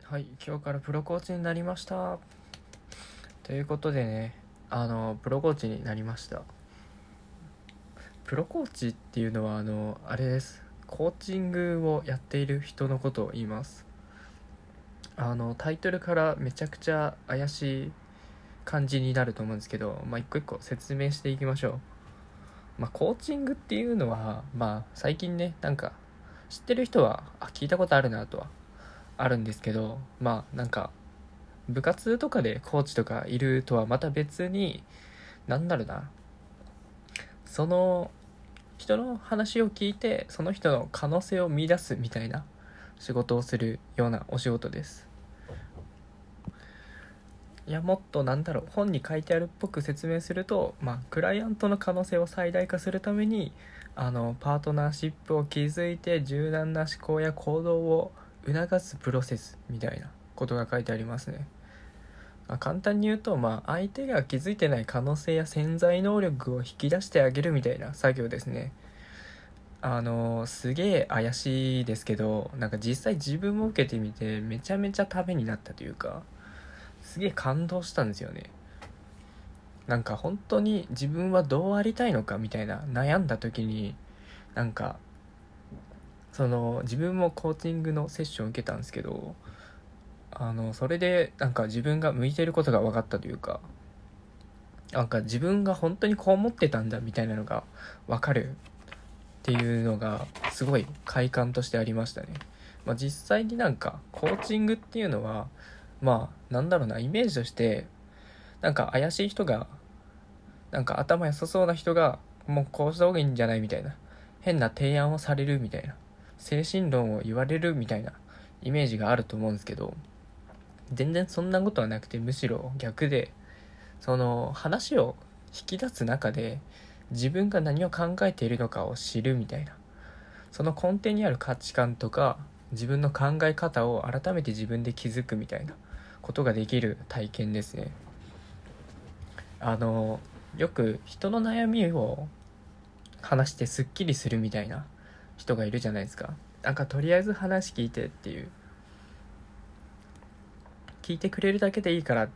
はい、今日からプロコーチになりましたということでね、プロコーチになりました。プロコーチっていうのはあれです。コーチングをやっている人のことを言います。タイトルからめちゃくちゃ怪しい感じになると思うんですけど、一個一個説明していきましょう。コーチングっていうのは最近ね、知ってる人は聞いたことあるなとはあるんですけど、部活とかでコーチとかいるとはまた別に、なんだろうな、その人の話を聞いてその人の可能性を見出すみたいな仕事をするようなお仕事です。いや、もっと本に書いてあるっぽく説明すると、クライアントの可能性を最大化するためにパートナーシップを築いて柔軟な思考や行動を促すプロセスみたいなことが書いてありますね。簡単に言うと、相手が気づいてない可能性や潜在能力を引き出してあげるみたいな作業ですね。すげえ怪しいですけど、実際自分も受けてみてめちゃめちゃためになったというか、すげえ感動したんですよね。本当に自分はどうありたいのかみたいな悩んだ時に、自分もコーチングのセッションを受けたんですけど、それで自分が向いてることが分かったというか、自分が本当にこう思ってたんだみたいなのが分かるっていうのがすごい快感としてありましたね。実際にコーチングっていうのはイメージとして怪しい人が頭良さそうな人がもうこうした方がいいんじゃないみたいな変な提案をされるみたいな精神論を言われるみたいなイメージがあると思うんですけど、全然そんなことはなくて、むしろ逆で、その話を引き出す中で自分が何を考えているのかを知るみたいな、その根底にある価値観とか自分の考え方を改めて自分で気づくみたいなことができる体験ですね。よく人の悩みを話してスッキリするみたいな人がいるじゃないですか。とりあえず話聞いてっていう、聞いてくれるだけでいいからって、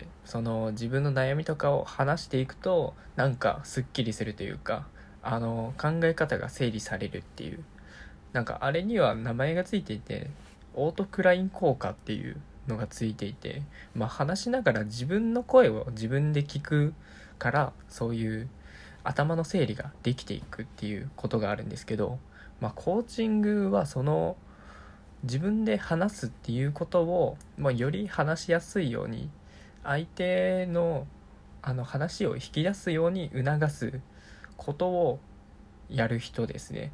その自分の悩みとかを話していくとすっきりするというか、考え方が整理されるっていう、あれには名前がついていて、オートクライン効果っていうのがついていて、話しながら自分の声を自分で聞くから、そういう頭の整理ができていくっていうことがあるんですけど、コーチングはその自分で話すっていうことを、より話しやすいように、相手の話を引き出すように促すことをやる人ですね。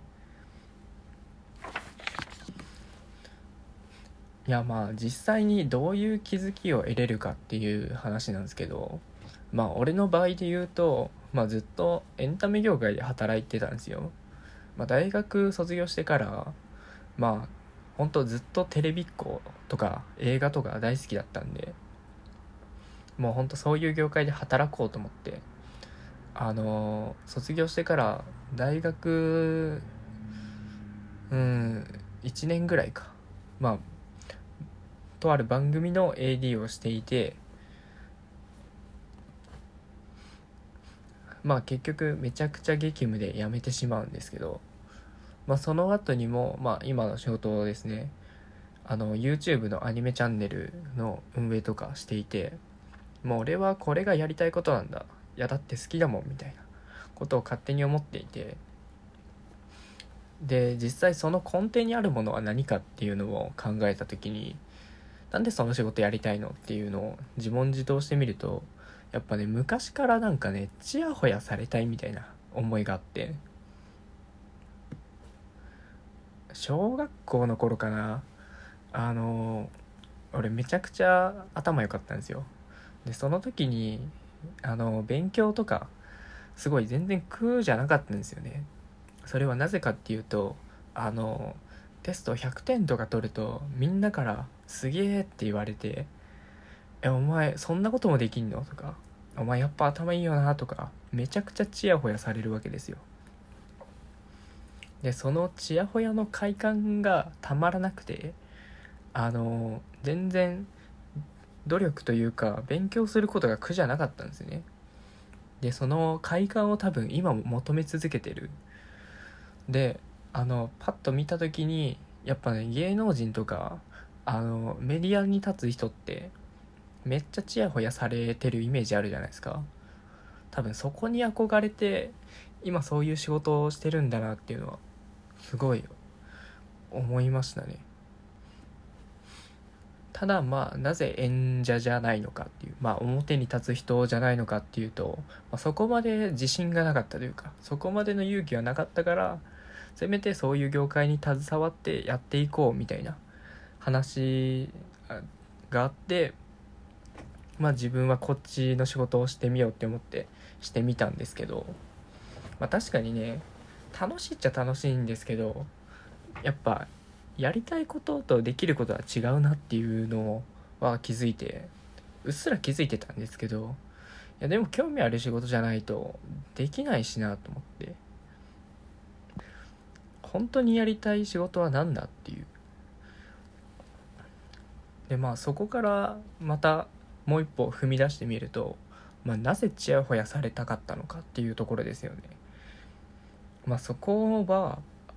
いや、実際にどういう気づきを得れるかっていう話なんですけど、俺の場合で言うと、ずっとエンタメ業界で働いてたんですよ。大学卒業してから本当ずっとテレビっ子とか映画とか大好きだったんで、もう本当そういう業界で働こうと思って、卒業してから大学1年ぐらいか、まあとある番組の AD をしていて、結局めちゃくちゃ激務で辞めてしまうんですけど、その後にも今の仕事ですね、YouTube のアニメチャンネルの運営とかしていて、もう俺はこれがやりたいことなんだ、いやだって好きだもんみたいなことを勝手に思っていて、で実際その根底にあるものは何かっていうのを考えた時に、なんでその仕事やりたいのっていうのを自問自答してみると、やっぱね、昔からちやほやされたいみたいな思いがあって、小学校の頃かな、俺めちゃくちゃ頭良かったんですよ。でその時に勉強とかすごい全然苦じゃなかったんですよね。それはなぜかっていうと、テスト100点とか取るとみんなからすげーって言われて、お前そんなこともできんのとか、お前やっぱ頭いいよなとか、めちゃくちゃチヤホヤされるわけですよ。でそのチヤホヤの快感がたまらなくて、 全然努力というか勉強することが苦じゃなかったんですね。でその快感を多分今も求め続けてる。でパッと見た時にやっぱね、芸能人とかメディアに立つ人ってめっちゃチヤホヤされてるイメージあるじゃないですか。多分そこに憧れて今そういう仕事をしてるんだなっていうのはすごい思いましたね。ただまあなぜ演者じゃないのかっていう、まあ表に立つ人じゃないのかっていうと、そこまで自信がなかったというか、そこまでの勇気はなかったから、せめてそういう業界に携わってやっていこうみたいな話があって、自分はこっちの仕事をしてみようって思ってしてみたんですけど、確かにね、楽しいっちゃ楽しいんですけど、やっぱやりたいこととできることは違うなっていうのは気づいて、うっすら気づいてたんですけど、いやでも興味ある仕事じゃないとできないしなと思って、本当にやりたい仕事は何だっていう。でそこからまたもう一歩踏み出してみると、なぜチヤホヤされたかったのかっていうところですよね。そこは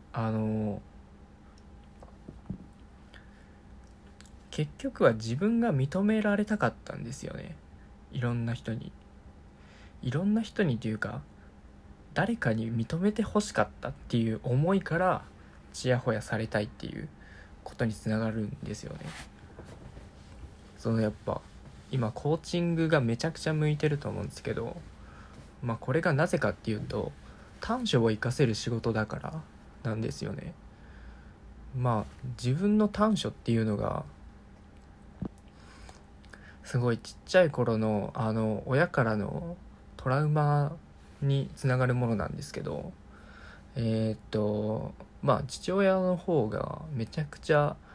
結局は自分が認められたかったんですよね。いろんな人にというか、誰かに認めてほしかったっていう思いからチヤホヤされたいっていうことにつながるんですよね。やっぱ今コーチングがめちゃくちゃ向いてると思うんですけど、これがなぜかっていうと、短所を生かせる仕事だからなんですよね。自分の短所っていうのがすごいちっちゃい頃の親からのトラウマにつながるものなんですけど、父親の方がめちゃくちゃ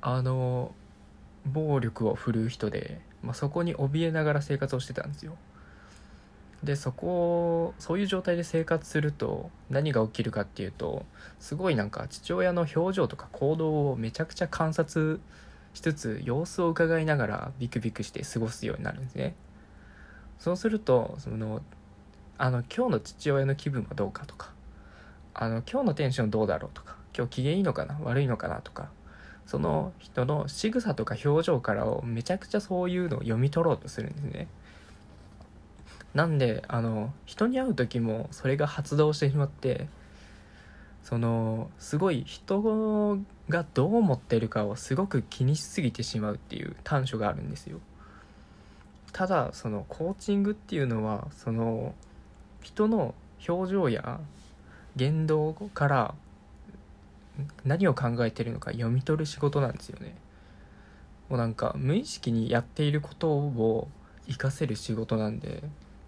暴力を振るう人で、そこに怯えながら生活をしてたんですよ。でそういう状態で生活すると何が起きるかっていうと、すごい父親の表情とか行動をめちゃくちゃ観察しつつ様子を伺いながらビクビクして過ごすようになるんですね。そうすると今日の父親の気分はどうかとか、今日のテンションどうだろうとか、今日機嫌いいのかな悪いのかなとか、その人の仕草とか表情からをめちゃくちゃそういうのを読み取ろうとするんですね。なんで人に会う時もそれが発動してしまって、すごい人がどう思ってるかをすごく気にしすぎてしまうっていう短所があるんですよ。ただコーチングっていうのは人の表情や言動から何を考えてるのか読み取る仕事なんですよね。もう無意識にやっていることを活かせる仕事なんで、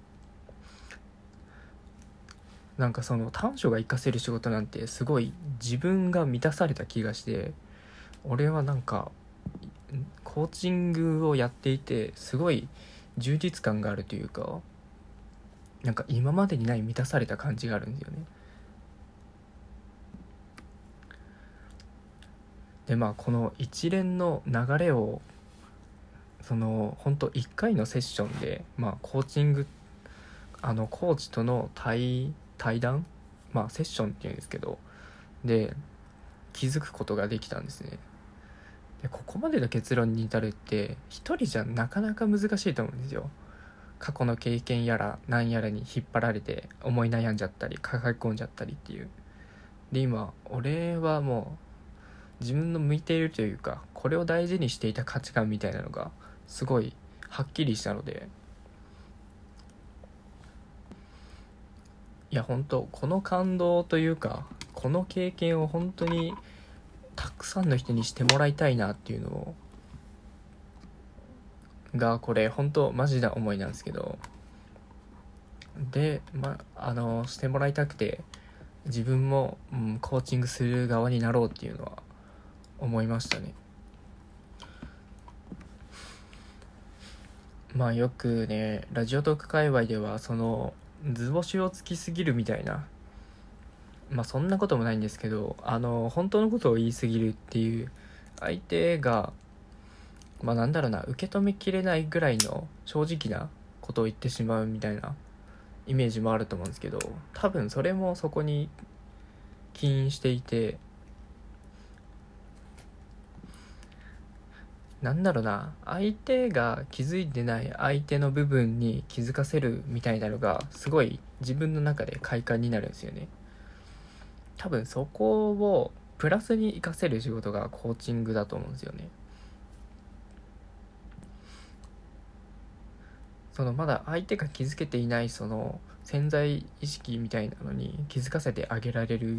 短所が活かせる仕事なんてすごい自分が満たされた気がして、俺はコーチングをやっていてすごい充実感があるというか、今までにない満たされた感じがあるんですよね。でこの一連の流れを本当1回のセッションでコーチングコーチとの対談セッションっていうんですけど、で気づくことができたんですね。でここまでの結論に至るって一人じゃなかなか難しいと思うんですよ。過去の経験やら何やらに引っ張られて思い悩んじゃったり抱え込んじゃったりっていう。で今俺はもう自分の向いているというか、これを大事にしていた価値観みたいなのがすごいはっきりしたので、いや本当この感動というか、この経験を本当にたくさんの人にしてもらいたいなっていうのが、これ本当マジな思いなんですけど、でしてもらいたくて自分も、コーチングする側になろうっていうのは思いましたね。よくねラジオトーク界隈では図星をつきすぎるみたいな、そんなこともないんですけど、本当のことを言いすぎるっていう、相手がなんだろうな、受け止めきれないぐらいの正直なことを言ってしまうみたいなイメージもあると思うんですけど、多分それもそこに起因していて、なんだろうな、相手が気づいてない相手の部分に気づかせるみたいなのがすごい自分の中で快感になるんですよね。多分そこをプラスに活かせる仕事がコーチングだと思うんですよね。そのまだ相手が気づけていないその潜在意識みたいなのに気づかせてあげられる、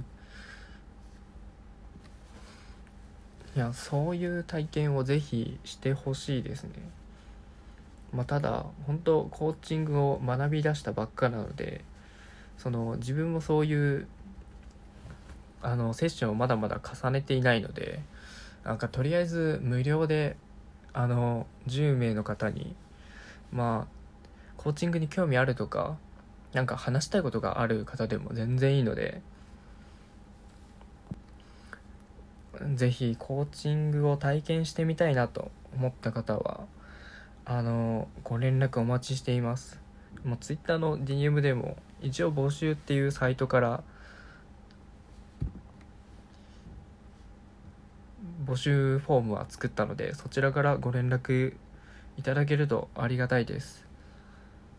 いや、そういう体験をぜひしてほしいですね。ただ本当コーチングを学び出したばっかなので、その自分もそういうセッションをまだまだ重ねていないので、とりあえず無料で10名の方にコーチングに興味あるとか、話したいことがある方でも全然いいので、ぜひコーチングを体験してみたいなと思った方はご連絡お待ちしています。もう Twitter の DM でも一応募集っていうサイトから募集フォームは作ったので、そちらからご連絡いただけるとありがたいです。